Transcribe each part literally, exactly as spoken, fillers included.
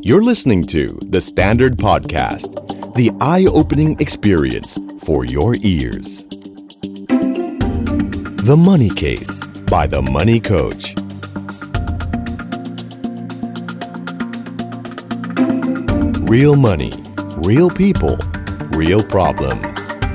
You're listening to The Standard Podcast, the eye-opening experience for your ears. The Money Case by The Money Coach. Real money, real people, real problems.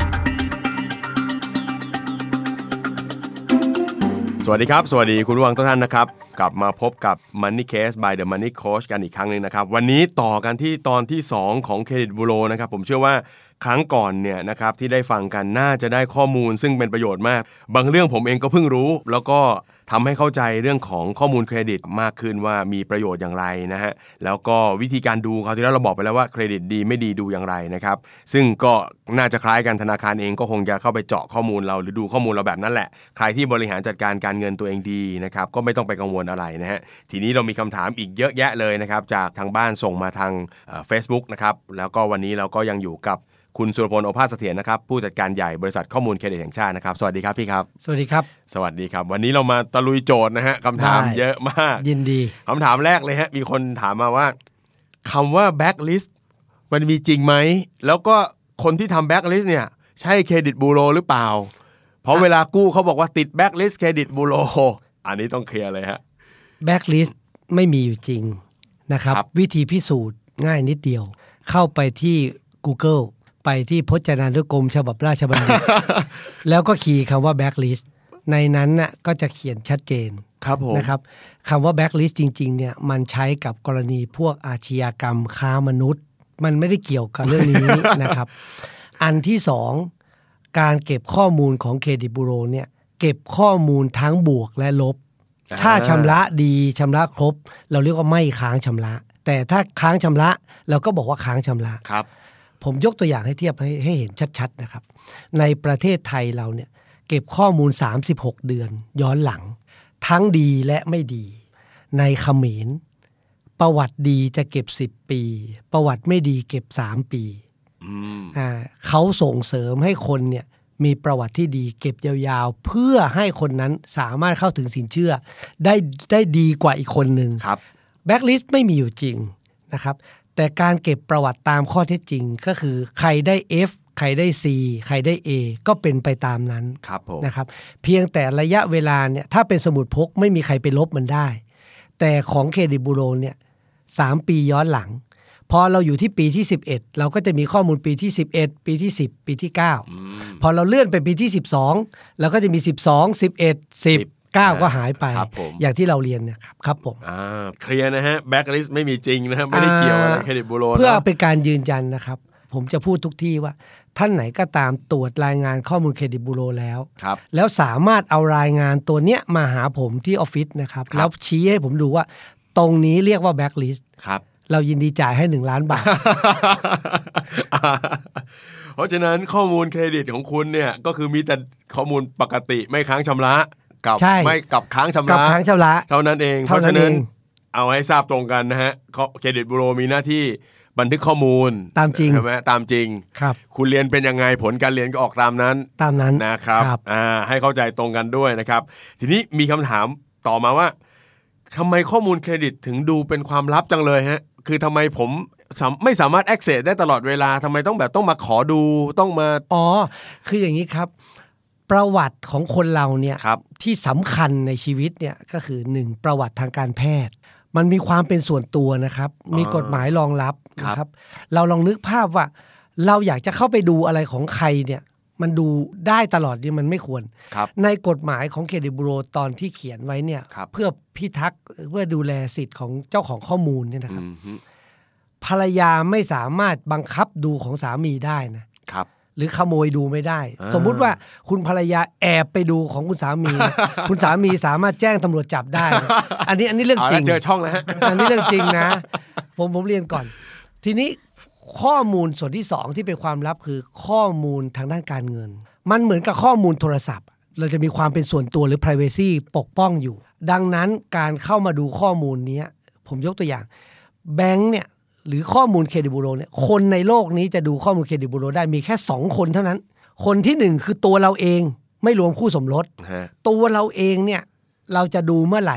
สวัสดีครับสวัสดีคุณผู้ฟังทุกท่านนะครับกลับมาพบกับ Money Case by The Money Coach กันอีกครั้งนึงนะครับวันนี้ต่อกันที่ตอนที่สองของเครดิตบูโรนะครับผมเชื่อว่าครั้งก่อนเนี่ยนะครับที่ได้ฟังกันน่าจะได้ข้อมูลซึ่งเป็นประโยชน์มากบางเรื่องผมเองก็เพิ่งรู้แล้วก็ทำให้เข้าใจเรื่องของข้อมูลเครดิตมากขึ้นว่ามีประโยชน์อย่างไรนะฮะแล้วก็วิธีการดูคราวที่แล้วเราบอกไปแล้วว่าเครดิตดีไม่ดีดูอย่างไรนะครับซึ่งก็น่าจะคล้ายกันธนาคารเองก็คงจะเข้าไปเจาะข้อมูลเราหรือดูข้อมูลเราแบบนั้นแหละใครที่บริหารจัดการการเงินตัวเองดีนะครับก็ไม่ต้องไปกังวลอะไรนะฮะทีนี้เรามีคำถามอีกเยอะแยะเลยนะครับจากทางบ้านส่งมาทางเอ่อ Facebook นะครับแล้วก็วันนี้เราก็ยังอยู่กับคุณสุรพลโอภาสเสถียรนะครับผู้จัดการใหญ่บริษัทข้อมูลเครดิตแห่งชาตินะครับสวัสดีครับพี่ครับสวัสดีครับสวัสดีครับวันนี้เรามาตะลุยโจทย์นะฮะคำถามเยอะมากยินดีคำถามแรกเลยฮะมีคนถามมาว่าคำว่า blacklist มันมีจริงไหมแล้วก็คนที่ทำ blacklist เนี่ยใช่เครดิตบูโรหรือเปล่าเพราะเวลากู้เขาบอกว่าติด blacklist เครดิตบูโรอันนี้ต้องเคลียร์เลยฮะ blacklist ไม่มีอยู่จริงนะครับวิธีพิสูจน์ง่ายนิดเดียวเข้าไปที่ Googleไปที่พจนานุกรมฉบับราชบัณฑิต แล้วก็คีย์คำว่า blacklist ในนั้นน่ะก็จะเขียนชัดเจนครับผมนะครับคำว่า blacklist จริงๆเนี่ยมันใช้กับกรณีพวกอาชญากรรมค้ามนุษย์มันไม่ได้เกี่ยวกับเรื่องนี้ นะครับอันที่สองการเก็บข้อมูลของเครดิตบูโรเนี่ยเก็บข้อมูลทั้งบวกและลบถ้าชำระดีชำระครบเราเรียกว่าไม่ค้างชำระแต่ถ้าค้างชำระเราก็บอกว่าค้างชำระครับผมยกตัวอย่างให้เทียบให้ให้เห็นชัดๆนะครับในประเทศไทยเราเนี่ยเก็บข้อมูลสามสิบหกเดือนย้อนหลังทั้งดีและไม่ดีในเขมรประวัติดีจะเก็บสิบปีประวัติไม่ดีเก็บสามปีอ่าเขาส่งเสริมให้คนเนี่ยมีประวัติที่ดีเก็บยาวๆเพื่อให้คนนั้นสามารถเข้าถึงสินเชื่อได้ได้ดีกว่าอีกคนนึงครับแบ็คลิสต์ไม่มีอยู่จริงนะครับแต่การเก็บประวัติตามข้อเท็จจริงก็คือใครได้ F ใครได้ C ใครได้ A ก็เป็นไปตามนั้นนะครับเพียงแต่ระยะเวลาเนี่ยถ้าเป็นสมุดพกไม่มีใครไปลบมันได้แต่ของเครดิตบูโรเนี่ยสามปีย้อนหลังพอเราอยู่ที่ปีที่สิบเอ็ดเราก็จะมีข้อมูลปีที่สิบเอ็ดปีที่สิบปีที่เก้าพอเราเลื่อนไปปีที่สิบสองเราก็จะมีสิบสอง สิบเอ็ด สิบเก้าก็หายไปอย่างที่เราเรียนนะครับครับผมอ่าเคลียร์นะฮะแบ็คลิสต์ไม่มีจริงนะฮะไม่ได้เกี่ยวอะไรเครดิตบูโรเพื่อเป็นการยืนยันนะครับผมจะพูดทุกที่ว่าท่านไหนก็ตามตรวจรายงานข้อมูลเครดิตบูโรแล้วแล้วสามารถเอารายงานตัวเนี้ยมาหาผมที่ออฟฟิศนะครับแล้วชี้ให้ผมดูว่าตรงนี้เรียกว่าแบ็คลิสต์เรายินดีจ่ายให้หนึ่งล้านบาทเพราะฉะนั้นข้อมูลเครดิตของคุณเนี่ยก็คือมีแต่ข้อมูลปกติไม่ค้างชำระกับไม่กับค้างชำระกับค้างชำระเท่านั้นเองเพราะฉะนั้นเอาให้ทราบตรงกันนะฮะเครดิตบูโรมีหน้าที่บันทึกข้อมูลตามจริงใช่ไหมตามจริงครับคุณเรียนเป็นยังไงผลการเรียนก็ออกตามนั้นตามนั้นนะครับอ่าให้เข้าใจตรงกันด้วยนะครับทีนี้มีคำถามต่อมาว่าทำไมข้อมูลเครดิตถึงดูเป็นความลับจังเลยฮะคือทำไมผมไม่สามารถ access ได้ตลอดเวลาทำไมต้องแบบต้องมาขอดูต้องมาอ๋อคืออย่างนี้ครับประวัติของคนเราเนี่ยที่สำคัญในชีวิตเนี่ยก็คือหนึ่งประวัติทางการแพทย์มันมีความเป็นส่วนตัวนะครับมีกฎหมายรองรับนะครับเราลองนึกภาพว่าเราอยากจะเข้าไปดูอะไรของใครเนี่ยมันดูได้ตลอดนี่มันไม่ควรในกฎหมายของเครดิตบูโรตอนที่เขียนไว้เนี่ยเพื่อพิทักษ์เพื่อดูแลสิทธิ์ของเจ้าของข้อมูลเนี่ยนะครับภรรยาไม่สามารถบังคับดูของสามีได้นะครับหรือขโมยดูไม่ได้สมมุติว่าคุณภรรยาแอบไปดูของคุณสามี คุณสามีสามารถแจ้งตำรวจจับได้อันนี้อันนี้เรื่องจริงเจอช่องแล้วอันนี้เรื่องจริงนะผมผมเรียนก่อนทีนี้ข้อมูลส่วนที่สองที่เป็นความลับคือข้อมูลทางด้านการเงินมันเหมือนกับข้อมูลโทรศัพท์เราจะมีความเป็นส่วนตัวหรือ privacy ปกป้องอยู่ดังนั้นการเข้ามาดูข้อมูลนี้ผมยกตัวอย่างแบงค์เนี่ยหรือข้อมูลเครดิตบูโรเนี่ยคนในโลกนี้จะดูข้อมูลเครดิตบูโรได้มีแค่สองคนเท่านั้นคนที่หนึ่งคือตัวเราเองไม่รวมคู่สมรสตัวเราเองเนี่ยเราจะดูเมื่อไหร่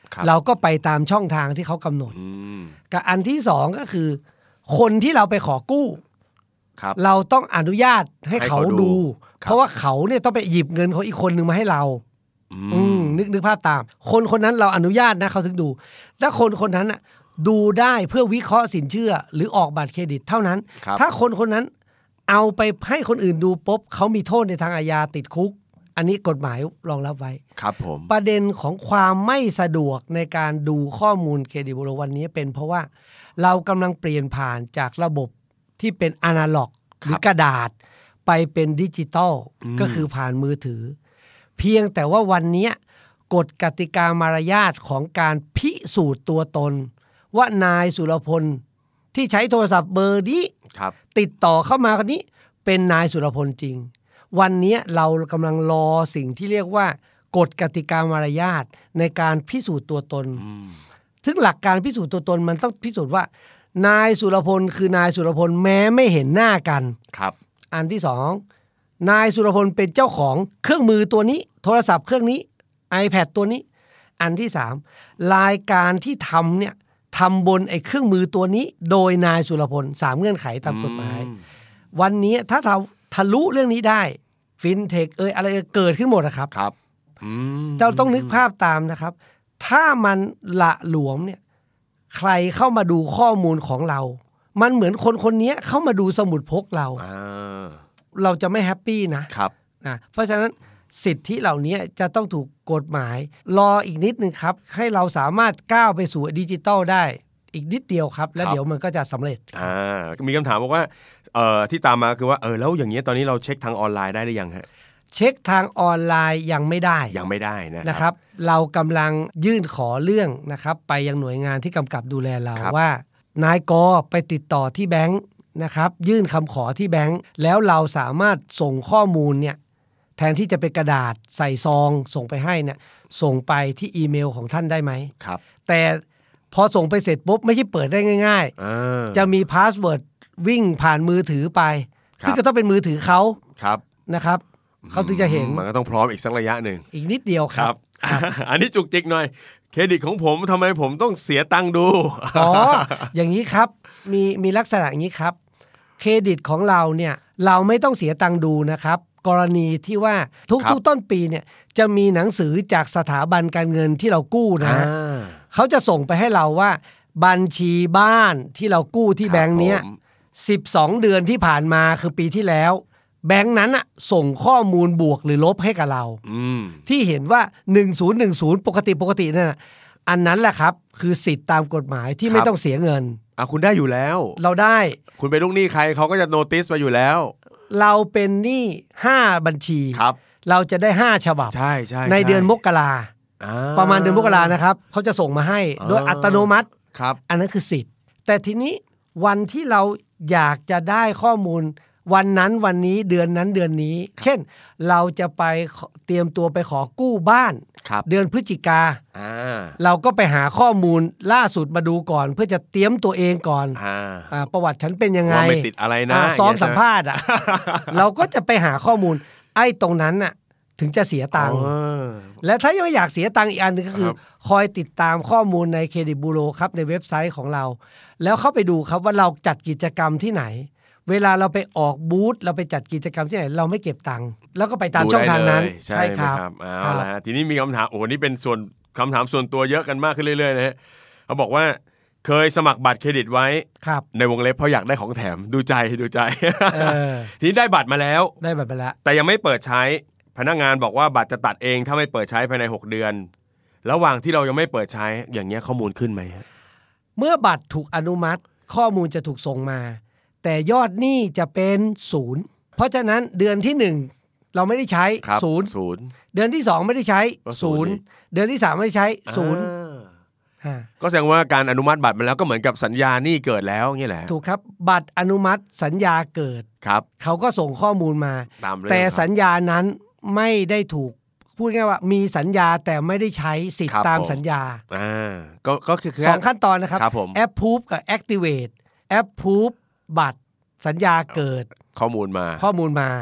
เราก็ไปตามช่องทางที่เขากำหนดกับอันที่สองก็คือคนที่เราไปขอกู้เราต้องอนุญาตให้เขาดูเพราะว่าเขาเนี่ยต้องไปหยิบเงินของอีกคนนึงมาให้เราอืมนึกนึกภาพตามคนคนนั้นเราอนุญาตนะเขาถึงดูแล้วคนคนนั้นน่ะดูได้เพื่อวิเคราะห์สินเชื่อหรือออกบัตรเครดิตเท่านั้นถ้าคนคนนั้นเอาไปให้คนอื่นดูปุ๊บเขามีโทษในทางอาญาติดคุกอันนี้กฎหมายรองรับไว้ครับผมประเด็นของความไม่สะดวกในการดูข้อมูลเครดิตบูโรวันนี้เป็นเพราะว่าเรากำลังเปลี่ยนผ่านจากระบบที่เป็นอนาล็อกหรือกระดาษไปเป็นดิจิตอลก็คือผ่านมือถือเพียงแต่ว่าวันนี้กฎกติกามารยาทของการพิสูจน์ตัวตนว่านายสุรพลที่ใช้โทรศัพท์เบอร์นี้ติดต่อเข้ามาคนนี้เป็นนายสุรพลจริงวันนี้เรากำลังรอสิ่งที่เรียกว่ากฎกติกามารยาทในการพิสูจน์ตัวตนซึ่งหลักการพิสูจน์ตัวตนมันต้องพิสูจน์ว่านายสุรพลคือนายสุรพลแม้ไม่เห็นหน้ากันครับอันที่สองนายสุรพลเป็นเจ้าของเครื่องมือตัวนี้โทรศัพท์เครื่องนี้ iPad ตัวนี้อันที่สามรายการที่ทำเนี่ยทำบนไอ้เครื่องมือตัวนี้โดยนายสุรพลสามเงื่อนไขตามกฎหมายวันนี้ถ้าเราทะลุเรื่องนี้ได้ฟินเทคเอ่ยอะไรเกิดขึ้นหมดนะครับครับเจ้าต้องนึกภาพตามนะครับถ้ามันละหลวมเนี่ยใครเข้ามาดูข้อมูลของเรามันเหมือนคนคนนี้เข้ามาดูสมุดพกเราเราจะไม่แฮปปี้นะครับนะเพราะฉะนั้นสิทธิเหล่านี้จะต้องถูกกฎหมายรออีกนิดนึงครับให้เราสามารถก้าวไปสู่ดิจิทัลได้อีกนิดเดียวครับแล้วเดี๋ยวมันก็จะสำเร็จอ่ามีคำถามบอกว่าเอ่อที่ตามมาคือว่าเออแล้วอย่างเงี้ยตอนนี้เราเช็คทางออนไลน์ได้หรือยังฮะเช็คทางออนไลน์ยังไม่ได้ยังไม่ได้นะนะครับเรากำลังยื่นขอเรื่องนะครับไปยังหน่วยงานที่กำกับดูแลเราว่านายกไปติดต่อที่แบงค์นะครับยื่นคำขอที่แบงค์แล้วเราสามารถส่งข้อมูลเนี่ยแทนที่จะเป็นกระดาษใส่ซองส่งไปให้เนี่ยส่งไปที่อีเมลของท่านได้ไหมครับแต่พอส่งไปเสร็จปุ๊บไม่ใช่เปิดได้ง่ายๆจะมีพาสเวิร์ดวิ่งผ่านมือถือไปซึ่งก็ต้องเป็นมือถือเขาครับนะครับเขาถึงจะเห็นมันก็ต้องพร้อมอีกสักระยะหนึ่งอีกนิดเดียวครับอันนี้จุกจิกหน่อยเครดิตของผมทำไมผมต้องเสียตังค์ดูอ๋ออย่างนี้ครับมีมีลักษณะอย่างนี้ครับเครดิตของเราเนี่ยเราไม่ต้องเสียตังค์ดูนะครับกรณีที่ว่าทุกๆต้นปีเนี่ยจะมีหนังสือจากสถาบันการเงินที่เรากู้นะเขาจะส่งไปให้เราว่าบัญชีบ้านที่เรากู้ที่แบงค์เนี้ยสิบสองเดือนที่ผ่านมาคือปีที่แล้วแบงค์นั้นอ่ะส่งข้อมูลบวกหรือลบให้กับเราที่เห็นว่าหนึ่งศูนย์หนึ่งศูนย์ปกติปกตินั่นน่ะอันนั้นแหละครับคือสิทธิ์ตามกฎหมายที่ไม่ต้องเสียเงินอ่ะคุณได้อยู่แล้วเราได้คุณเป็นลูกหนี้ใครเขาก็จะโนติสมาอยู่แล้วเราเป็นหนี้ห้าบัญชีเราจะได้ห้าฉบับใช่ใช่ในเดือนมกราประมาณเดือนมกรานะครับเขาจะส่งมาให้โดยอัตโนมัติอันนั้นคือสิทธิ์แต่ทีนี้วันที่เราอยากจะได้ข้อมูลวันนั้นวันนี้เดือนนั้นเดือนนี้เช่นเราจะไปเตรียมตัวไปขอกู้บ้านเดือนพฤศจิกาเราก็ไปหาข้อมูลล่าสุดมาดูก่อนเพื่อจะเตรียมตัวเองก่อนประวัติฉันเป็นยังไงว่าไม่ติดอะไรนะซ้อมสัมภาษณ์อ่ะเราก็จะไปหาข้อมูลไอ้ตรงนั้นน่ะถึงจะเสียตังค์และถ้ายังไม่อยากเสียตังค์อีกอันนึงก็คือคอยติดตามข้อมูลในเครดิตบูโรครับในเว็บไซต์ของเราแล้วเข้าไปดูครับว่าเราจัดกิจกรรมที่ไหนเวลาเราไปออกบูธเราไปจัดกิจกรรมที่ไหนเราไม่เก็บตังค์แล้วก็ไปตามช่องทางนั้นใช่ครับเอาละทีนี้มีคำถามโอ้นี่เป็นส่วนคำถามส่วนตัวเยอะกันมากขึ้นเรื่อยๆนะฮะเขาบอกว่าเคยสมัครบัตรเครดิตไว้ในวงเล็บเพราะอยากได้ของแถมดูใจดูใจทีนี้ได้บัตรมาแล้วได้บัตรไปแล้วแต่ยังไม่เปิดใช้พนักงานบอกว่าบัตรจะตัดเองถ้าไม่เปิดใช้ภายในหกเดือนระหว่างที่เรายังไม่เปิดใช้อย่างเงี้ยข้อมูลขึ้นไหมเมื่อบัตรถูกอนุมัติข้อมูลจะถูกส่งมาแต่ยอดหนี้จะเป็นศูนย์เพราะฉะนั้นเดือนที่หนึ่งเราไม่ได้ใช้ศูนย์เดือนที่สองไม่ได้ใช้ศูนย์เดือนที่สามไม่ได้ใช้ศูนย์ก็แสดงว่าการอนุมัติบัตรมาแล้วก็เหมือนกับสัญญาหนี้เกิดแล้วงี้แหละถูกครับบัตรอนุมัติสัญญาเกิดครับเขาก็ส่งข้อมูลมาแต่สัญญานั้นไม่ได้ถูกพูดง่ายว่ามีสัญญาแต่ไม่ได้ใช้สิทธิ์ตามสัญญาอ่าก็ก็คือสองขั้นตอนนะครับ approve กับ activate approve บัตรสัญญาเกิดข้อมูลมาข้อมูลมา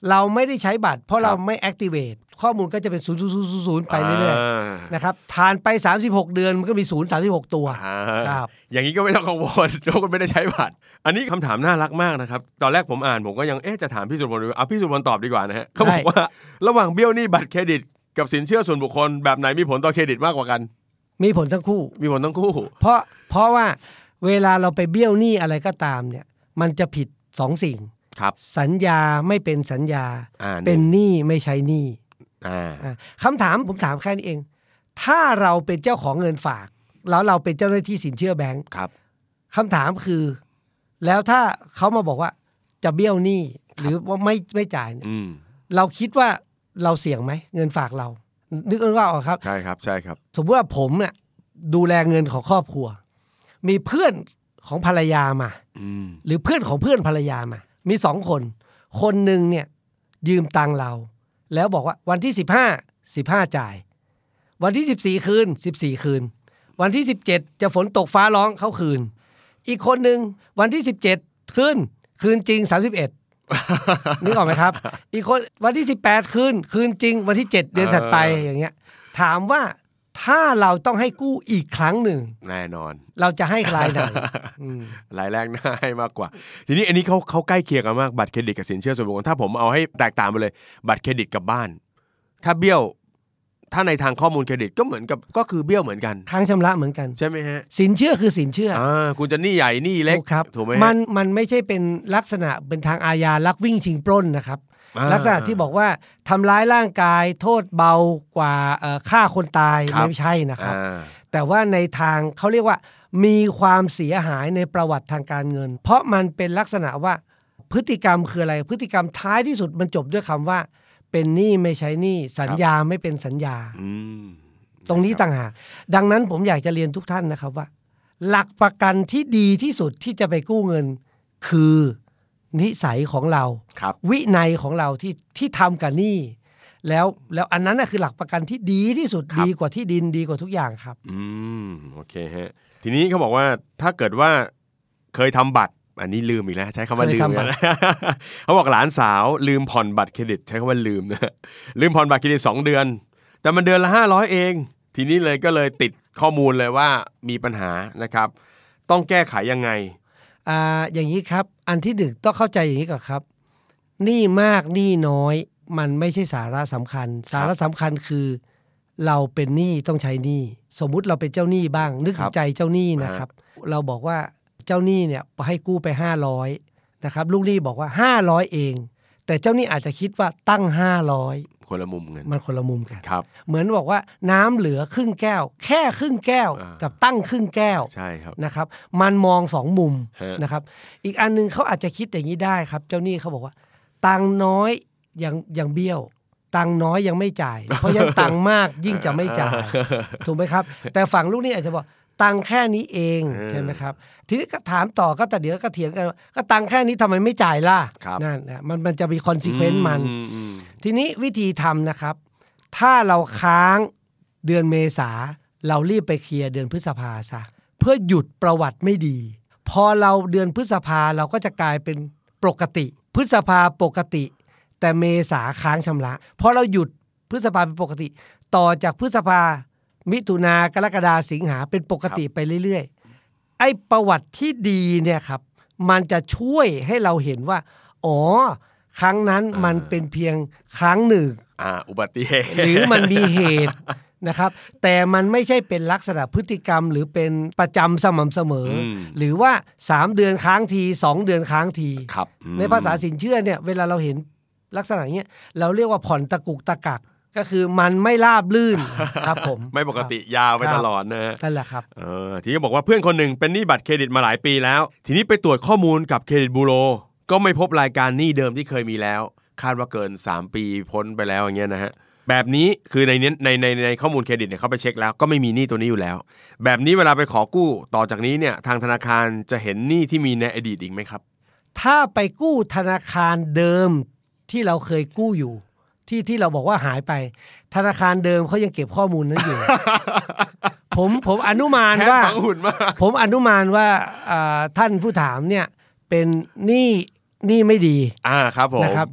เราไม่ได้ใช้บัตรเพราะเราไม่ activate ข้อมูลก็จะเป็นศูนย์ ศูนย์ ศูนย์ ศูนย์ไปเรื่อยๆนะครับทานไปสามสิบหกเดือนมันก็มีศูนย์ สามสิบหกตัวครับอย่างนี้ก็ไม่ต้องกังวลเพราะคุณไม่ได้ใช้บัตรอันนี้คำถามน่ารักมากนะครับตอนแรกผมอ่านผมก็ยังเอ๊ะจะถามพี่สุพลเอาพี่สุพลตอบดีกว่านะฮะเขาบอกว่าระหว่างเบี้ยวหนี้บัตรเครดิตกับสินเชื่อส่วนบุคคลแบบไหนมีผลต่อเครดิตมากกว่ากันมีผลทั้งคู่มีผลทั้งคู่เพราะเพราะว่าเวลาเราไปเบี้ยวหนี้อะไรก็ตามเนี่ยมันจะผิดสองสิ่งสัญญาไม่เป็นสัญญาเป็นหนี้ไม่ใช้หนี้คำถามผมถามแค่นี้เองถ้าเราเป็นเจ้าของเงินฝากแล้วเราเป็นเจ้าหน้าที่สินเชื่อแบงค์คำถามคือแล้วถ้าเขามาบอกว่าจะเบี้ยวหนี้หรือว่าไม่ไม่จ่ายเราคิดว่าเราเสี่ยงไหมเงินฝากเรานึกว่าออกครับใช่ครับใช่ครับสมมติว่าผมเนี่ยดูแลเงินของครอบครัวมีเพื่อนของภรรยามาหรือเพื่อนของเพื่อนภรรยามามีสองคนคนหนึ่งเนี่ยยืมตังเราแล้วบอกว่าวันที่สิบห้า สิบห้าจ่ายวันที่สิบสี่คืนสิบสี่คืนวันที่สิบเจ็ดจะฝนตกฟ้าร้องเข้าคืนอีกคนนึงวันที่สิบเจ็ดคืนคืนจริงสามสิบเอ็ดนึกออกไหมครับอีกคนวันที่สิบแปดคืนคืนจริงวันที่เจ็ดเดือนถัดไปอย่างเงี้ยถามว่าถ้าเราต้องให้กู้อีกครั้งหนึ่งแน่นอนเราจะให้รายไหนรายแรกน่าให้มากกว่าทีนี้อันนี้เขาเขาใกล้เคียงกันมากบัตรเครดิตกับสินเชื่อส่วนบุคคลถ้าผมเอาให้แตกต่างไปเลยบัตรเครดิตกับบ้านถ้าเบี้ยวถ้าในทางข้อมูลเครดิตก็เหมือนกับก็คือเบี้ยวเหมือนกันค้างชำระเหมือนกันใช่ไหมฮะสินเชื่อคือสินเชื่ออ่าคุณจะหนี้ใหญ่หนี้เล็กถูกไหมมันมันไม่ใช่เป็นลักษณะเป็นทางอาญาลักวิ่งชิงปล้นนะครับลักษณะที่บอกว่าทำร้ายร่างกายโทษเบากว่าฆ่าคนตายไม่ใช่นะครับแต่ว่าในทางเขาเรียกว่ามีความเสียหายในประวัติทางการเงินเพราะมันเป็นลักษณะว่าพฤติกรรมคืออะไรพฤติกรรมท้ายที่สุดมันจบด้วยคำว่าเป็นหนี้ไม่ใช้หนี้สัญญาไม่เป็นสัญญาตรงนี้ต่างหากดังนั้นผมอยากจะเรียนทุกท่านนะครับว่าหลักประกันที่ดีที่สุดที่จะไปกู้เงินคือนิสัยของเราวินัยของเราที่ที่ทำกับหนี้แล้วแล้วอันนั้นน่ะคือหลักประกันที่ดีที่สุดดีกว่าที่ดินดีกว่าทุกอย่างครับอืมโอเคฮะทีนี้เขาบอกว่าถ้าเกิดว่าเคยทำบัตรอันนี้ลืมอีกแล้วใช้คำว่าลืมนะเขาบอกหลานสาวลืมผ่อนบัตรเครดิตใช้คำว่าลืมนะลืมผ่อนบัตรเครดิตสองเดือนแต่มันเดือนละห้าร้อยเองทีนี้เลยก็เลยติดข้อมูลเลยว่ามีปัญหานะครับต้องแก้ไขยังไงอ่าอย่างนี้ครับอันที่หนึ่งต้องเข้าใจอย่างนี้ก่อนครับหนี้มากหนี้น้อยมันไม่ใช่สาระสำคัญสาระสำคัญคือเราเป็นหนี้ต้องใช้หนี้สมมุติเราเป็นเจ้าหนี้บ้างนึกถึงใจเจ้าหนี้นะครับเราบอกว่าเจ้าหนี้เนี่ยให้กู้ไปห้าร้อยนะครับลูกหนี้บอกว่าห้าร้อยเองแต่เจ้าหนี้อาจจะคิดว่าตั้งห้าร้อยคนละมุมกันมันคนละมุมกันครับเหมือนบอกว่าน้ำเหลือครึ่งแก้วแค่ครึ่งแก้วกับตั้งครึ่งแก้วใช่ครับนะครับมันมองสองมุมนะครับอีกอันนึงเขาอาจจะคิดอย่างนี้ได้ครับเจ้าหนี้เขาบอกว่าตังน้อยยังยังเบี้ยวตังน้อยยังไม่จ่ายเพราะยังตังมากยิ่งจะไม่จ่ายถูกไหมครับแต่ฝั่งลูกหนี้อาจจะบอกตังแค่นี้เองใช่ไหมครับทีนี้ก็ถามต่อก็แต่เดี๋ยวก็เถียงกันก็ตังแค่นี้ทำไมไม่จ่ายล่ะนั่นนะมันมันจะมีคอนซีเควนซ์มันทีนี้วิธีทำนะครับถ้าเราค้างเดือนเมษาเรารีบไปเคลียร์เดือนพฤษภาซะเพื่อหยุดประวัติไม่ดีพอเราเดือนพฤษภาเราก็จะกลายเป็นปกติพฤษภาปกติแต่เมษาค้างชำระพอเราหยุดพฤษภาเป็นปกติต่อจากพฤษภามิถุนากรกฎาสิงหาเป็นปกติไปเรื่อยๆไอ้ประวัติที่ดีเนี่ยครับมันจะช่วยให้เราเห็นว่าอ๋อครั้งนั้นมันเป็นเพียงครั้งหนึ่งอ่าอุบัติเหตุหรือมันมีเหตุนะครับแต่มันไม่ใช่เป็นลักษณะพฤติกรรมหรือเป็นประจำสม่ำเสมอหรือว่าสามเดือนค้างทีสองเดือนค้างทีในภาษาสินเชื่อเนี่ยเวลาเราเห็นลักษณะอย่างเงี้ยเราเรียกว่าผ่อนตะกุกตะกักก็คือมันไม่ราบลื่นครับผมไม่ปกติยาวไปตลอดนะฮะนั่นแหละครับเออทีนี้บอกว่าเพื่อนคนหนึ่งเป็นหนี้บัตรเครดิตมาหลายปีแล้วทีนี้ไปตรวจข้อมูลกับเครดิตบูโรก็ไม่พบรายการหนี้เดิมที่เคยมีแล้วคาดว่าเกินสามปีพ้นไปแล้วอย่างเงี้ยนะฮะแบบนี้คือในนี้ในในในข้อมูลเครดิตเนี่ยเขาไปเช็คแล้วก็ไม่มีหนี้ตัวนี้อยู่แล้วแบบนี้เวลาไปขอกู้ต่อจากนี้เนี่ยทางธนาคารจะเห็นหนี้ที่มีในอดีตอีกไหมครับถ้าไปกู้ธนาคารเดิมที่เราเคยกู้อยู่ที่ที่เราบอกว่าหายไปธนาคารเดิมเขายังเก็บข้อมูลนั้นอยู่ ผมผมอนุมานว่าผมอนุมานว่าท่านผู้ถามเนี่ยเป็นหนี้หนี้ไม่ดีอ่าครับผมนะครับไป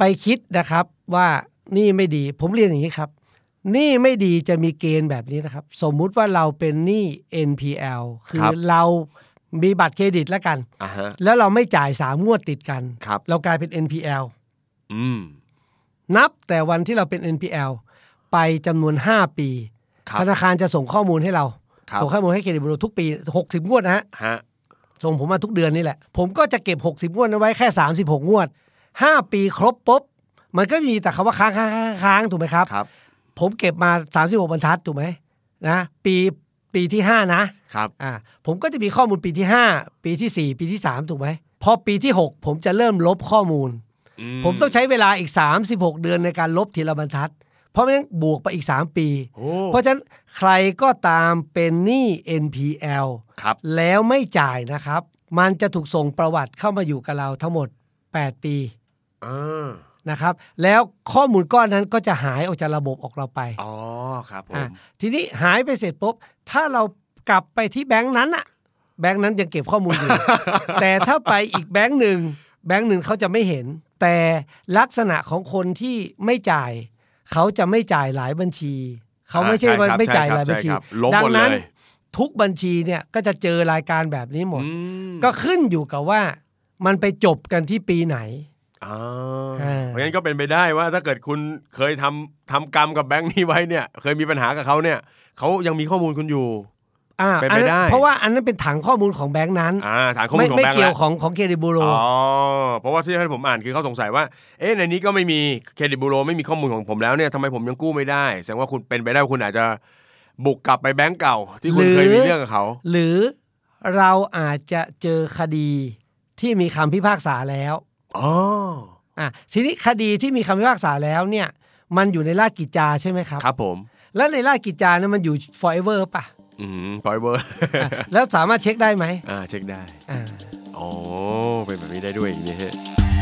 ไปคิดนะครับว่านี่ไม่ดีผมเรียนอย่างนี้ครับนี่ไม่ดีจะมีเกณฑ์แบบนี้นะครับสมมุติว่าเราเป็นหนี้ เอ็น พี แอล คือเรามีบัตรเครดิตแล้วกัน uh-huh. แล้วเราไม่จ่ายสามงวดติดกันรเรากลายเป็น เอ็น พี แอลอืมนับแต่วันที่เราเป็น เอ็น พี แอล ไปจำนวนห้าปีธนาคารจะส่งข้อมูลให้เราส่งข้อมูลให้เครดิตบูโรทุกปีหกสิบงวดนะฮะส่งผมมาทุกเดือนนี่แหละผมก็จะเก็บหกสิบงวดเอาไว้แค่สามสิบหกงวดห้าปีครบปุ๊บมันก็มีแต่คำว่าค้างค้างๆถูกไหมครับครับผมเก็บมาสามสิบหกบรรทัดถูกไหมนะปีปีที่ห้านะครับอ่าผมก็จะมีข้อมูลปีที่ห้าปีที่สี่ปีที่สามถูกไหมพอปีที่หกผมจะเริ่มลบข้อมูลผมต้องใช้เวลาอีกสามสิบหกเดือนในการลบทีละบรรทัดเพราะงั้นบวกไปอีกสามปีเพราะฉะนั้นใครก็ตามเป็นหนี้ เอ็น พี แอล แล้วไม่จ่ายนะครับมันจะถูกส่งประวัติเข้ามาอยู่กับเราทั้งหมดแปดปีนะครับแล้วข้อมูลก้อนนั้นก็จะหายออกจากระบบออกเราไปอ๋อครับผมทีนี้หายไปเสร็จปุ๊บถ้าเรากลับไปที่แบงค์นั้นอะแบงค์นั้นยังเก็บข้อมูลอยู่ แต่ถ้าไปอีกแบงค์หนึ่งแบงค์หนึ่งเขาจะไม่เห็นแต่ลักษณะของคนที่ไม่จ่ายเขาจะไม่จ่ายหลายบัญชีเขาไม่ใช่ว่าไม่จ่ายหลายบัญชีดังนั้นทุกบัญชีเนี่ยก็จะเจอรายการแบบนี้หมดก็ขึ้นอยู่กับว่ามันไปจบกันที่ปีไหนอ๋อเพราะงั้นก็เป็นไปได้ว่าถ้าเกิดคุณเคยทำทำกรรมกับแบงค์นี้ไว้เนี่ยเคยมีปัญหากับเขาเนี่ยเขายังมีข้อมูลคุณอยู่เป็นไปได้เพราะว่าอันนั้นเป็นถังข้อมูลของแบงค์นั้นอ่าถังข้อมูลของแบงค์ไม่เกี่ยวของของเครดิตบูโรอ๋อเพราะว่าที่ผมอ่านคือเขาสงสัยว่าเอ๊ะในนี้ก็ไม่มีเครดิตบูโรไม่มีข้อมูลของผมแล้วเนี่ยทำไมผมยังกู้ไม่ได้แสดงว่าคุณเป็นไปได้คุณอาจจะบุกกลับไปแบงค์เก่าที่คุณเคยมีเรื่องกับเขาหรือเราอาจจะเจอคดีที่มีคำพิพากษาแล้วอ๋ออ่ะทีนี้คดีที่มีคำพิพากษาแล้วเนี่ยมันอยู่ในราชกิจจาใช่ไหมครับครับผมแล้วในราชกิจจาเนี่ยมันอยู่ forever ป่ะอืม forever แล้วสามารถเช็คได้ไหมอ่าเช็คได้อ่าอ๋อเป็นแบบนี้ได้ด้วยอย่างนี้ฮะ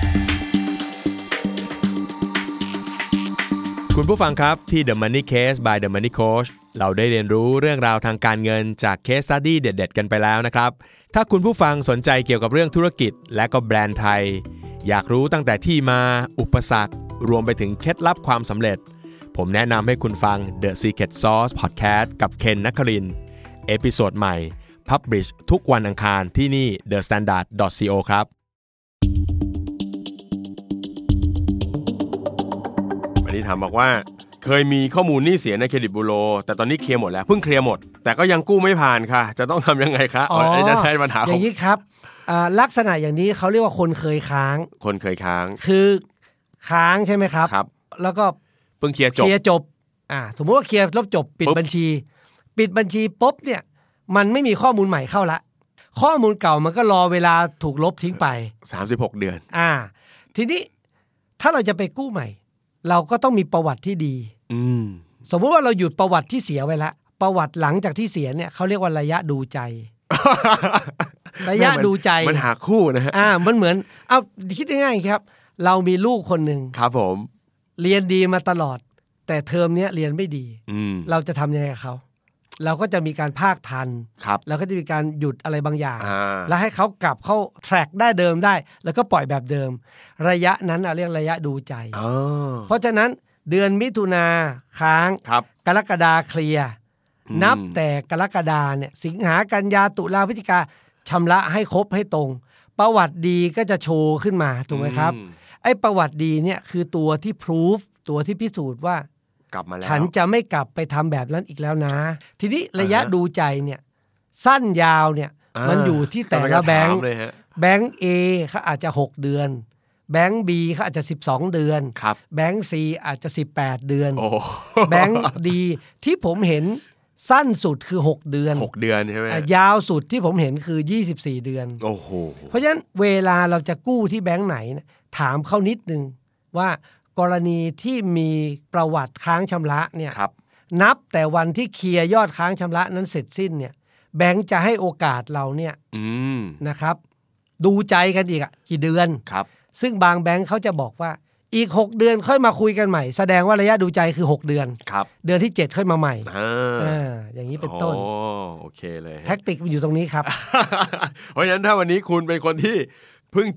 คุณผู้ฟังครับที่ The Money Case by The Money Coach เราได้เรียนรู้เรื่องราวทางการเงินจาก Case Study เด็ดๆกันไปแล้วนะครับถ้าคุณผู้ฟังสนใจเกี่ยวกับเรื่องธุรกิจและก็แบรนด์ไทยอยากรู้ตั้งแต่ที่มาอุปสรรครวมไปถึงเคล็ดลับความสำเร็จผมแนะนำให้คุณฟัง The Secret Sauce Podcast กับเคนนครินทร์เอพิโซดใหม่ Publish ทุกวันอังคารที่นี่ เดอะสแตนดาร์ด ดอท ซี โอ ครับวันนี้ถามบอกว่าเคยมีข้อมูลหนี้เสียในเครดิตบูโรแต่ตอนนี้เคลียร์หมดแล้วเพิ่งเคลียร์หมดแต่ก็ยังกู้ไม่ผ่านค่ะจะต้องทำยังไงคะอ๋อจะใช้ปัญหาอย่างนี้ครับลักษณะอย่างนี้เขาเรียกว่าคนเคยค้างคนเคยค้างคือค้างใช่ไหมครับครับแล้วก็เพิ่งเคลียร์จบเคลียร์จบอ่าสมมุติว่าเคลียร์แล้วจบปิดบัญชีปิดบัญชีปุ๊บเนี่ยมันไม่มีข้อมูลใหม่เข้าละข้อมูลเก่ามันก็รอเวลาถูกลบทิ้งไปสามสิบหกเดือนอ่าทีนี้ถ้าเราจะไปกู้ใหม่เราก็ต้องมีประวัติที่ดีอืมสมมุติว่าเราหยุดประวัติที่เสียไว้ละประวัติหลังจากที่เสียเนี่ยเขาเรียกว่าระยะดูใจ ระยะดูใจมันหาคู่นะฮะอ่ามันเหมือนเอาคิดง่ายๆครับเรามีลูกคนนึงครับผมเรียนดีมาตลอดแต่เทอมนี้เรียนไม่ดีเราจะทำยังไงกับเขาเราก็จะมีการภาคทันเราก็จะมีการหยุดอะไรบางอย่างแล้วให้เขากลับเข้าแทร็กได้เดิมได้แล้วก็ปล่อยแบบเดิมระยะนั้นเรียกระยะดูใจเพราะฉะนั้นเดือนมิถุนาค้างกรกฎาเคลียร์นับแต่กรกฎาเนี่ยสิงหากันยาตุลาพฤศจิกาชำระให้ครบให้ตรงประวัติดีก็จะโชว์ขึ้นมาถูกไหมครับไอ้ประวัติดีเนี่ยคือตัวที่พิสูจตัวที่พิสูจน์ว่ากลับมาแล้วฉันจะไม่กลับไปทำแบบนั้นอีกแล้วนะทีนี้ระยะดูใจเนี่ยสั้นยาวเนี่ยมันอยู่ที่แต่ละแบงค์แบงค์ A เขาอาจจะหกเดือนแบงค์ B เขาอาจจะสิบสองเดือนแบงค์ C อาจจะสิบแปดเดือนแบงค์ D ที่ผมเห็นสั้นสุดคือหกเดือนหกเดือนใช่ไหมยาวสุดที่ผมเห็นคือยี่สิบสี่เดือนโอ้โหเพราะฉะนั้นเวลาเราจะกู้ที่แบงค์ไหนถามเขานิดนึงว่ากรณีที่มีประวัติค้างชำระเนี่ยนับแต่วันที่เคลียร์ยอดค้างชำระนั้นเสร็จสิ้นเนี่ยแบงค์จะให้โอกาสเราเนี่ยนะครับดูใจกันอีกอ่ะกี่เดือนซึ่งบางแบงค์เขาจะบอกว่าอีกหกเดือนค่อยมาคุยกันใหม่แสดงว่าระยะดูใจคือหกเดือนเดือนที่เจ็ดค่อยมาใหม่อ่าอย่างนี้เป็นต้นโอ้โอเคเลยแท็กติกมันอยู่ตรงนี้ครับเพราะฉะนั้นถ้าวันนี้คุณเป็นคนที่เพิ่งจบ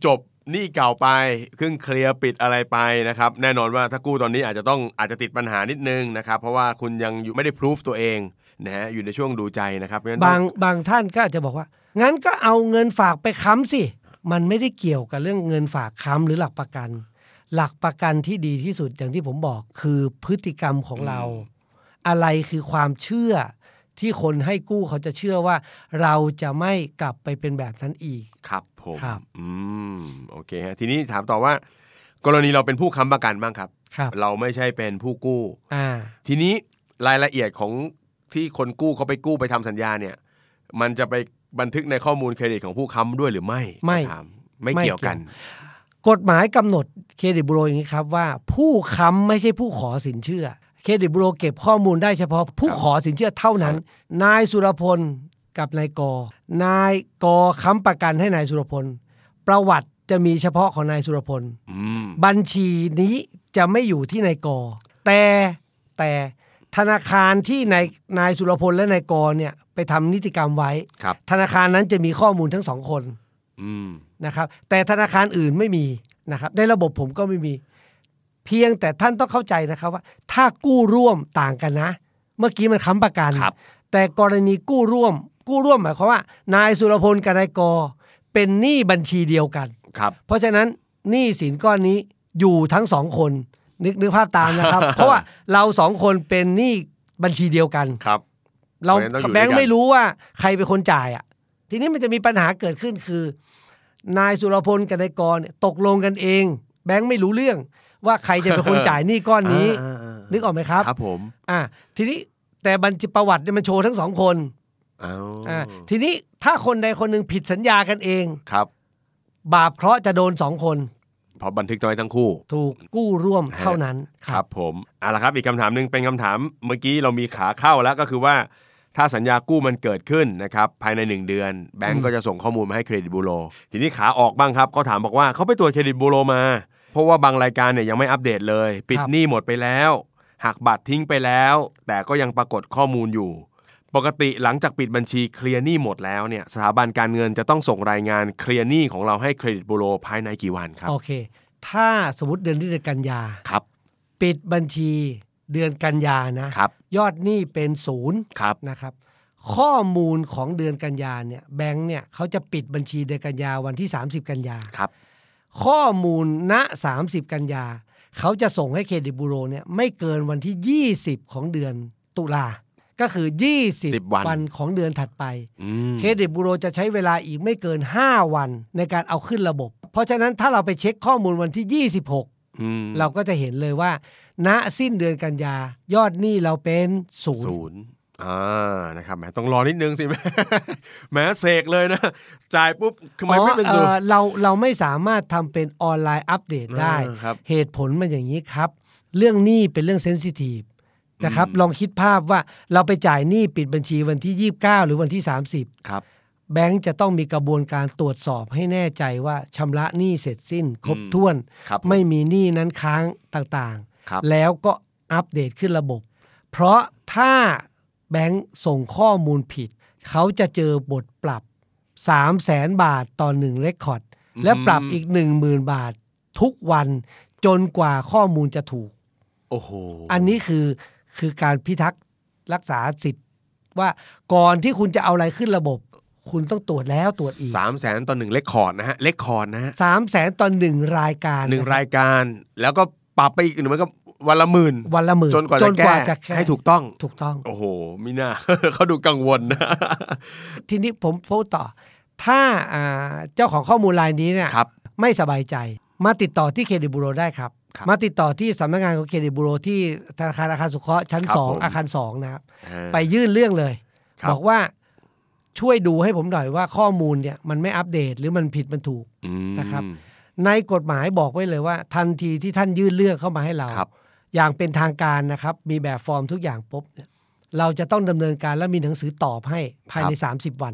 หนี้เก่าไปครึ่งเคลียร์ปิดอะไรไปนะครับแน่นอนว่าถ้ากู้ตอนนี้อาจจะต้องอาจจะติดปัญหานิดนึงนะครับเพราะว่าคุณยังอยู่ไม่ได้พิสูจตัวเองนะฮะอยู่ในช่วงดูใจนะครับบางบางท่านก็อาจจะบอกว่างั้นก็เอาเงินฝากไปค้ำสิมันไม่ได้เกี่ยวกับเรื่องเงินฝากค้ำหรือหลักประกันหลักประกันที่ดีที่สุดอย่างที่ผมบอกคือพฤติกรรมของเราอะไรคือความเชื่อที่คนให้กู้เขาจะเชื่อว่าเราจะไม่กลับไปเป็นแบบนั้นอีกครับผมอืมโอเคฮะทีนี้ถามต่อว่ากรณีเราเป็นผู้ค้ำประกันบ้างครับเราไม่ใช่เป็นผู้กู้อ่าทีนี้รายละเอียดของที่คนกู้เขาไปกู้ไปทำสัญญาเนี่ยมันจะไปบันทึกในข้อมูลเครดิตของผู้ค้ำด้วยหรือไม่ไม่ไม่เกี่ยวกันกฎหมายกำหนดเครดิตบูโรอย่างนี้ครับว่าผู้ค้ำไม่ใช่ผู้ขอสินเชื่อเครดิตบูโรเก็บข้อมูลได้เฉพาะผู้ขอสินเชื่อเท่านั้นนายสุรพลกับนายกนายกค้ำประกันให้นายสุรพลประวัติจะมีเฉพาะของนายสุรพลบัญชีนี้จะไม่อยู่ที่นายกแต่แต่ธนาคารที่นายนายสุรพลและนายกเนี่ยไปทำนิติกรรมไว้ธนาคารนั้นจะมีข้อมูลทั้งสองคนนะครับแต่ธนาคารอื่นไม่มีนะครับในระบบผมก็ไม่มีเพียงแต่ท่านต้องเข้าใจนะครับว่าถ้ากู้ร่วมต่างกันนะเมื่อกี้มันค้ำประกันแต่กรณีกู้ร่วมกู้ร่วมหมายความว่านายสุรพลกับนายกเป็นหนี้บัญชีเดียวกันเพราะฉะนั้นหนี้สินก้อนนี้อยู่ทั้งสองคนนึกนึกภาพตามนะครับ เพราะว่าเราสองคนเป็นหนี้บัญชีเดียวกันครับเราแบงค์ไม่รู้ว่าใครเป็นคนจ่ายอ่ะทีนี้มันจะมีปัญหาเกิดขึ้นคือนายสุรพลกับนายกเนี่ยตกลงกันเองแบงค์ไม่รู้เรื่องว่าใครจะเป็นคนจ่ายหนี้ก้อนนี้ นึกออกไหมครับครับผมอ่าทีนี้แต่บัญชีประวัติเนี่ยมันโชว์ทั้งสองคนอ่าทีนี้ถ้าคนใดคนหนึ่งผิดสัญญากันเองครับบาปเคราะห์จะโดนสองคนเพราะบันทึกไว้ทั้งคู่ถูกกู้ร่วมเท่านั้นครับผมเอาละครับอีกคำถามนึงเป็นคำถามเมื่อกี้เรามีขาเข้าแล้วก็คือว่าถ้าสัญญากู้มันเกิดขึ้นนะครับภายในหนึ่งเดือนแบงก์ก็จะส่งข้อมูลมาให้เครดิตบูโรทีนี้ขาออกบ้างครับเขาถามบอกว่าเขาไปตรวจเครดิตบูโรมาเพราะว่าบางรายการเนี่ยยังไม่อัปเดตเลยปิดหนี้หมดไปแล้วหักบัตรทิ้งไปแล้วแต่ก็ยังปรากฏข้อมูลอยู่ปกติหลังจากปิดบัญชีเคลียร์หนี้หมดแล้วเนี่ยสถาบันการเงินจะต้องส่งรายงานเคลียร์หนี้ของเราให้เครดิตบูโรภายในกี่วันครับโอเคถ้าสมมติเดือนที่เดือนกันยาครับปิดบัญชีเดือนกันยานะครับยอดหนี้เป็นศูนย์นะครับข้อมูลของเดือนกันยาเนี่ยแบงค์เนี่ยเขาจะปิดบัญชีเดือนกันยาวันที่สามสิบกันยาครับข้อมูลณสามสิบกันยาเขาจะส่งให้เครดิตบูโรเนี่ยไม่เกินวันที่ยี่สิบของเดือนตุลาก็คือยี่สิบวันของเดือนถัดไปเครดิตบูโรจะใช้เวลาอีกไม่เกินห้าวันในการเอาขึ้นระบบเพราะฉะนั้นถ้าเราไปเช็คข้อมูลวันที่ยี่สิบหกเราก็จะเห็นเลยว่าณสิ้นเดือนกันยายอดหนี้เราเป็นศูนย์อ่านะครับแหมต้องรอนิดนึงสิแม่แหมเสกเลยนะจ่ายปุ๊บทำไมไม่เป็นศูนย์เราเราไม่สามารถทำเป็นออนไลน์อัปเดตได้เหตุผลมันอย่างนี้ครับเรื่องหนี้เป็นเรื่องเซนซิทีฟนะครับลองคิดภาพว่าเราไปจ่ายหนี้ปิดบัญชีวันที่ยี่สิบเก้าหรือวันที่สามสิบครับแบงก์จะต้องมีกระบวนการตรวจสอบให้แน่ใจว่าชำระหนี้เสร็จสิ้นครบถ้วนไม่มีหนี้นั้นค้างต่างๆแล้วก็อัปเดตขึ้นระบบเพราะถ้าแบงก์ส่งข้อมูลผิดเขาจะเจอบทปรับ สามแสน บาทต่อหนึ่งเรคคอร์ดและปรับอีก หนึ่งหมื่น บาททุกวันจนกว่าข้อมูลจะถูกโอ้โหอันนี้คือคือการพิทักษ์รักษาสิทธิ์ว่าก่อนที่คุณจะเอาอะไรขึ้นระบบคุณต้องตรวจแล้วตรวจอีกสามแสน ต่อหนึ่งเรคคอร์ดนะฮะเรคคอร์ดนะฮะสามแสน ต่อหนึ่งรายการหนึ่งรายการแล้วก็ปรับไปอีกเหมือนกับวันละหมื่นวันละหมื่นจนกว่าจะแก้ให้ถูกต้องถูกต้องโอ้โหมิน่า เขาดูกังวลนะทีนี้ผมพูดต่อถ้าเจ้าของข้อมูลรายนี้เนี่ยไม่สบายใจมาติดต่อที่เครดิตบูโรได้ครับมาติดต่อที่สำนักงานของเครดิตบูโรที่ธนาคารอาคารสุขเคราะห์ชั้นสองอาคารสองนะครับไปยื่นเรื่องเลยบอกว่าช่วยดูให้ผมหน่อยว่าข้อมูลเนี่ยมันไม่อัปเดตหรือมันผิดมันถูกนะครับในกฎหมายบอกไว้เลยว่าทันทีที่ท่านยื่นเรื่องเข้ามาให้เราอย่างเป็นทางการนะครับมีแบบฟอร์มทุกอย่างปุ๊บเนี่ยเราจะต้องดำเนินการและมีหนังสือตอบให้ภายในสามสิบวันเ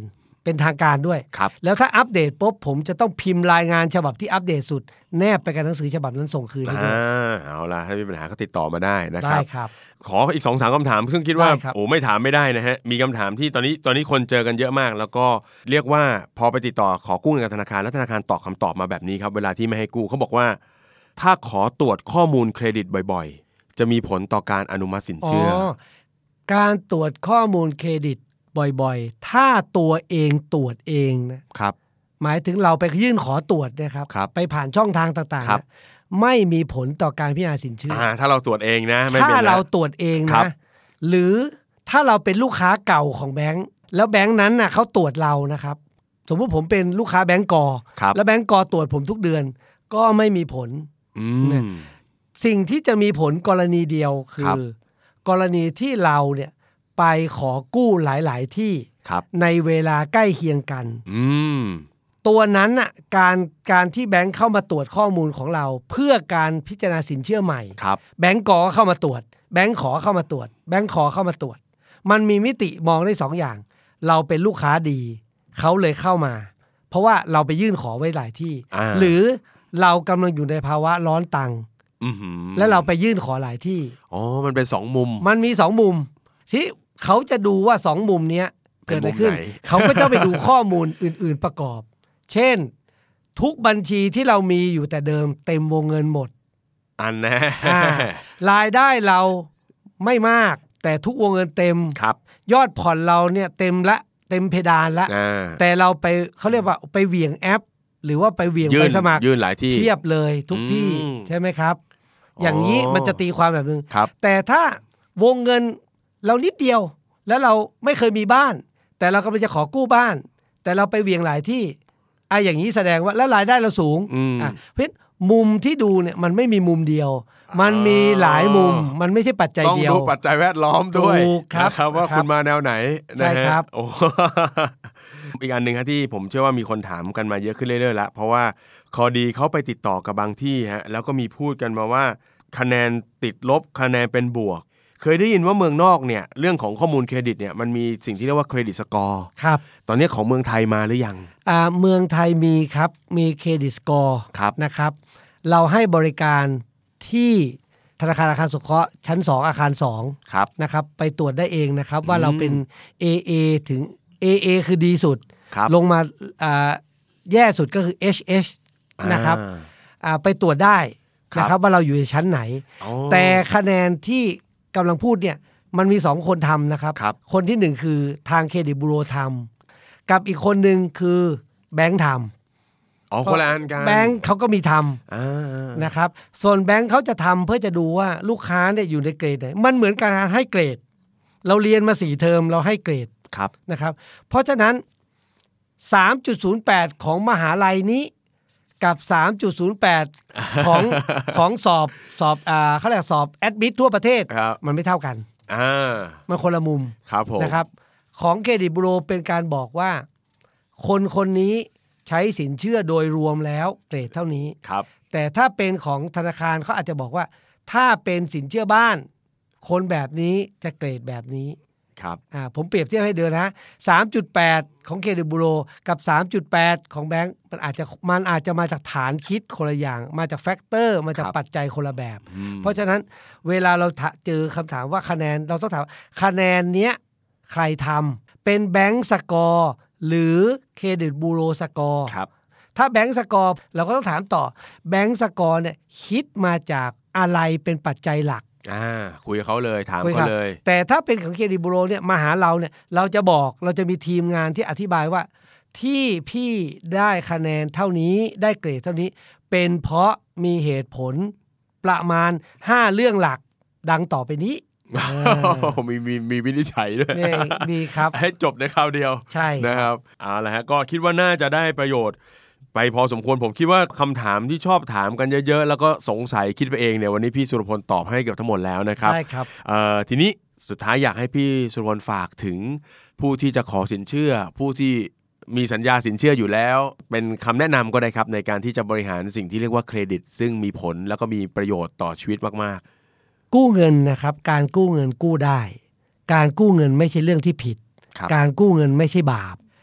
เป็นทางการด้วยแล้วถ้าอัปเดตปุ๊บผมจะต้องพิมพ์รายงานฉบับที่อัปเดตสุดแนบไปกับหนังสือฉบับนั้นส่งคืนได้ด้วยเอาล่ะถ้ามีปัญหาก็ติดต่อมาได้นะครับได้ครับขออีก สองถึงสาม คำถามซึ่งคิดว่าโอ้ไม่ถามไม่ได้นะฮะมีคำถามที่ตอนนี้ตอนนี้คนเจอกันเยอะมากแล้วก็เรียกว่าพอไปติดต่อขอกู้เงินกับธนาคารแล้วธนาคารตอบคำตอบมาแบบนี้ครับเวลาที่ไม่ให้กู้เขาบอกว่าถ้าขอตรวจข้อมูลเครดิตบ่อยๆจะมีผลต่อการอนุมัติสินเชื่อการตรวจข้อมูลเครดิตบ่อยๆถ้าตัวเองตรวจเองนะครับหมายถึงเราไปยื่นขอตรวจนะครับไปผ่านช่องทางต่างๆไม่มีผลต่อการพิจารณาสินเชื่อถ้าเราตรวจเองนะไม่เป็นถ้าเราตรวจเองนะหรือถ้าเราเป็นลูกค้าเก่าของแบงค์แล้วแบงค์นั้นน่ะเขาตรวจเรานะครับสมมุติผมเป็นลูกค้าแบงค์กอแล้วแบงค์กอตรวจผมทุกเดือนก็ไม่มีผลสิ่งที่จะมีผลกรณีเดียวคือกรณีที่เราเนี่ยไปขอกู้หลายๆที่ในเวลาใกล้เคียงกันตัวนั้นน่ะการการที่แบงค์เข้ามาตรวจข้อมูลของเราเพื่อการพิจารณาสินเชื่อใหม่แบงค์กอเข้ามาตรวจแบงค์ขอเข้ามาตรวจแบงค์ขอเข้ามาตรวจมันมีมิติมองได้สองอย่างเราเป็นลูกค้าดีเขาเลยเข้ามาเพราะว่าเราไปยื่นขอไว้หลายที่หรือเรากำลังอยู่ในภาวะร้อนตังค์และเราไปยื่นขอหลายที่อ๋อมันเป็นสองมุมมันมีสองมุมที่เขาจะดูว่าสองมุมเนี้ยเกิดอะไรขึ้นเขาก็จะไปดูข้อมูลอื่นๆประกอบเช่นทุกบัญชีที่เรามีอยู่แต่เดิมเต็มวงเงินหมดอันนะรายได้เราไม่มากแต่ทุกวงเงินเต็มยอดผ่อนเราเนี่ยเต็มละเต็มเพดานละแต่เราไปเขาเรียกว่าไปเหวี่ยงแอปหรือว่าไปเหวี่ยงไปสมัครยื่นหลายที่เทียบเลยทุกที่ใช่ไหมครับอย่างนี้มันจะตีความแบบนึงแต่ถ้าวงเงินเรานิดเดียวแล้วเราไม่เคยมีบ้านแต่เรากำลังจะขอกู้บ้านแต่เราไปเหวี่ยงหลายที่อ่ะอย่างนี้แสดงว่าแล้วรายได้เราสูงอ่ะเพราะมุมที่ดูเนี่ยมันไม่มีมุมเดียวมันมีหลายมุมมันไม่ใช่ปัจจัยเดียวต้องดูปัจจัยแวดล้อมด้วยนะครับว่าคุณมาแนวไหนใช่ครับโอ้อีกอันนึงครับที่ผมเชื่อว่ามีคนถามกันมาเยอะขึ้นเรื่อยๆแล้วเพราะว่าคอดีเขาไปติดต่อกับบางที่ฮะแล้วก็มีพูดกันมาว่าคะแนนติดลบคะแนนเป็นบวกเคยได้ยินว่าเมืองนอกเนี่ยเรื่องของข้อมูลเครดิตเนี่ยมันมีสิ่งที่เรียกว่าเครดิตสกอร์ครับตอนนี้ของเมืองไทยมาหรือยังอ่าเมืองไทยมีครับมีเครดิตสกอร์นะครับเราให้บริการที่ธนาคารอาคารสงเคราะห์ชั้นสองอาคารสองนะครับไปตรวจได้เองนะครับว่าเราเป็น เอ เอ ถึง เอ เอ คือดีสุดลงมาอ่าแย่สุดก็คือ เอช เอช นะครับอ่าไปตรวจได้นะครับว่าเราอยู่ในชั้นไหนแต่คะแนนที่กำลังพูดเนี่ยมันมีสองคนทำนะครับคนที่หนึ่งคือทางเครดิตบูโรทำกับอีกคนหนึ่งคือแบงค์ทำอ๋อคนละอันกันแบงค์เขาก็มีทำนะครับส่วนแบงค์เขาจะทำเพื่อจะดูว่าลูกค้าเนี่ยอยู่ในเกรดไหนมันเหมือนการให้เกรดเราเรียนมาสี่เทอมเราให้เกรดนะครับเพราะฉะนั้น สามจุดศูนย์แปด ของมหาลัยนี้กับ สามจุดศูนย์แปด ของของสอบสอบอ่าเขาเรียกสอบแอดมิททั่วประเทศมันไม่เท่ากันอ่ามันคนละมุมครับผมนะครับของเครดิตบูโรเป็นการบอกว่าคนคนนี้ใช้สินเชื่อโดยรวมแล้วเกรดเท่านี้ครับแต่ถ้าเป็นของธนาคารเขาอาจจะบอกว่าถ้าเป็นสินเชื่อบ้านคนแบบนี้จะเกรดแบบนี้ครับอ่าผมเปรียบเทียบให้เดือนนะ สามจุดแปด ของเครดิตบูโรกับ สามจุดแปด ของแบงก์มันอาจจะมันอาจจะมาจากฐานคิดคนละอย่างมาจากแฟกเตอร์มาจากปัจจัยคนละแบบเพราะฉะนั้นเวลาเราเจอคำถามว่าคะแนนเราต้องถามคะแนนเนี้ยใครทำเป็นแบงก์สกอร์หรือเครดิตบูโรสกอร์ถ้าแบงก์สกอร์เราก็ต้องถามต่อแบงก์สกอร์เนี่ยคิดมาจากอะไรเป็นปัจจัยหลักอ่าคุยกับเขาเลยถามเขาเลยแต่ถ้าเป็นของเครดิตบูโรเนี่ยมาหาเราเนี่ยเราจะบอกเราจะมีทีมงานที่อธิบายว่าที่พี่ได้คะแนนเท่านี้ได้เกรดเท่านี้เป็นเพราะมีเหตุผลประมาณห้าเรื่องหลักดังต่อไปนี้มีมีมีวินิจฉัยด้วยมีครับให้จบในคราวเดียวใช่นะครับเอาละฮะก็คิดว่าน่าจะได้ประโยชน์ไปพอสมควรผมคิดว่าคำถามที่ชอบถามกันเยอะๆแล้วก็สงสัยคิดไปเองเนี่ยวันนี้พี่สุรพลตอบให้เกือบทั้งหมดแล้วนะครับใช่ครับเอ่อทีนี้สุดท้ายอยากให้พี่สุรพลฝากถึงผู้ที่จะขอสินเชื่อผู้ที่มีสัญญาสินเชื่ออยู่แล้วเป็นคำแนะนำก็ได้ครับในการที่จะบริหารสิ่งที่เรียกว่าเครดิตซึ่งมีผลแล้วก็มีประโยชน์ต่อชีวิตมากๆกู้เงินนะครับการกู้เงินกู้ได้การกู้เงินไม่ใช่เรื่องที่ผิดการกู้เงินไม่ใช่บาป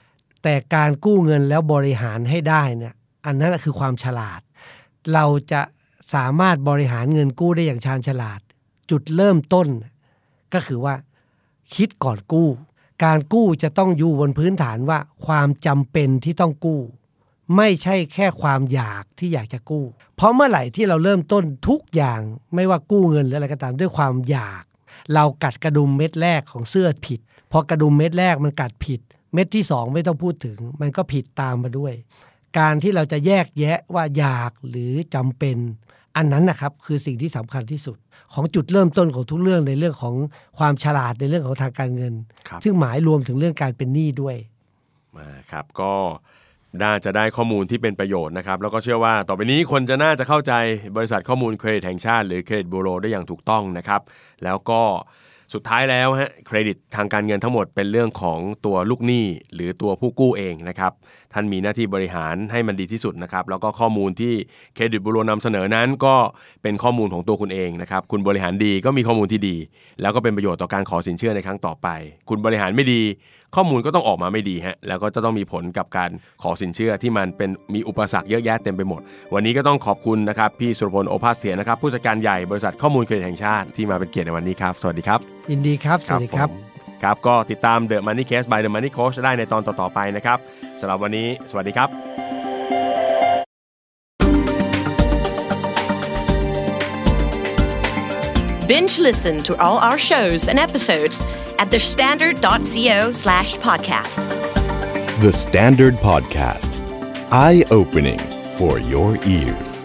แต่การกู้เงินแล้วบริหารให้ได้เนี่ยอันนั้นคือความฉลาดเราจะสามารถบริหารเงินกู้ได้อย่างชาญฉลาดจุดเริ่มต้นก็คือว่าคิดก่อนกู้การกู้จะต้องอยู่บนพื้นฐานว่าความจำเป็นที่ต้องกู้ไม่ใช่แค่ความอยากที่อยากจะกู้เพราะเมื่อไหร่ที่เราเริ่มต้นทุกอย่างไม่ว่ากู้เงินหรืออะไรก็ตามด้วยความอยากเรากัดกระดุมเม็ดแรกของเสื้อผิดพอกระดุมเม็ดแรกมันกัดผิดเม็ดที่สองไม่ต้องพูดถึงมันก็ผิดตามมาด้วยการที่เราจะแยกแยะว่าอยากหรือจำเป็นอันนั้นนะครับคือสิ่งที่สำคัญที่สุดของจุดเริ่มต้นของทุกเรื่องในเรื่องของความฉลาดในเรื่องของทางการเงินซึ่งหมายรวมถึงเรื่องการเป็นหนี้ด้วยครับก็น่าจะได้ข้อมูลที่เป็นประโยชน์นะครับแล้วก็เชื่อว่าต่อไปนี้คนจะน่าจะเข้าใจบริษัทข้อมูลเครดิตแห่งชาติหรือเครดิตบูโรได้อย่างถูกต้องนะครับแล้วก็สุดท้ายแล้วฮะเครดิตทางการเงินทั้งหมดเป็นเรื่องของตัวลูกหนี้หรือตัวผู้กู้เองนะครับท่านมีหน้าที่บริหารให้มันดีที่สุดนะครับแล้วก็ข้อมูลที่เครดิตบูโรนำเสนอนั้นก็เป็นข้อมูลของตัวคุณเองนะครับคุณบริหารดีก็มีข้อมูลที่ดีแล้วก็เป็นประโยชน์ต่อการขอสินเชื่อในครั้งต่อไปคุณบริหารไม่ดีข้อมูลก็ต้องออกมาไม่ดีฮะแล้วก็จะต้องมีผลกับการขอสินเชื่อที่มันเป็นมีอุปสรรคเยอะแยะเต็มไปหมดวันนี้ก็ต้องขอบคุณนะครับพี่สุรพลโอภาสเถียรนะครับผู้จัดการใหญ่บริษัทข้อมูลเครดิตแห่งชาติที่มาเป็นเกียรติในวันนี้ครับสวัสดีครับยินดีครับสวัสดีครับครับก็ติดตาม The Money Case by The Money Coach ได้ในตอนต่อๆไปนะครับสำหรับวันนี้สวัสดีครับ Binge listen to all our shows and episodes at the standard dot co slash podcast. The Standard Podcast. Eye-opening for your ears.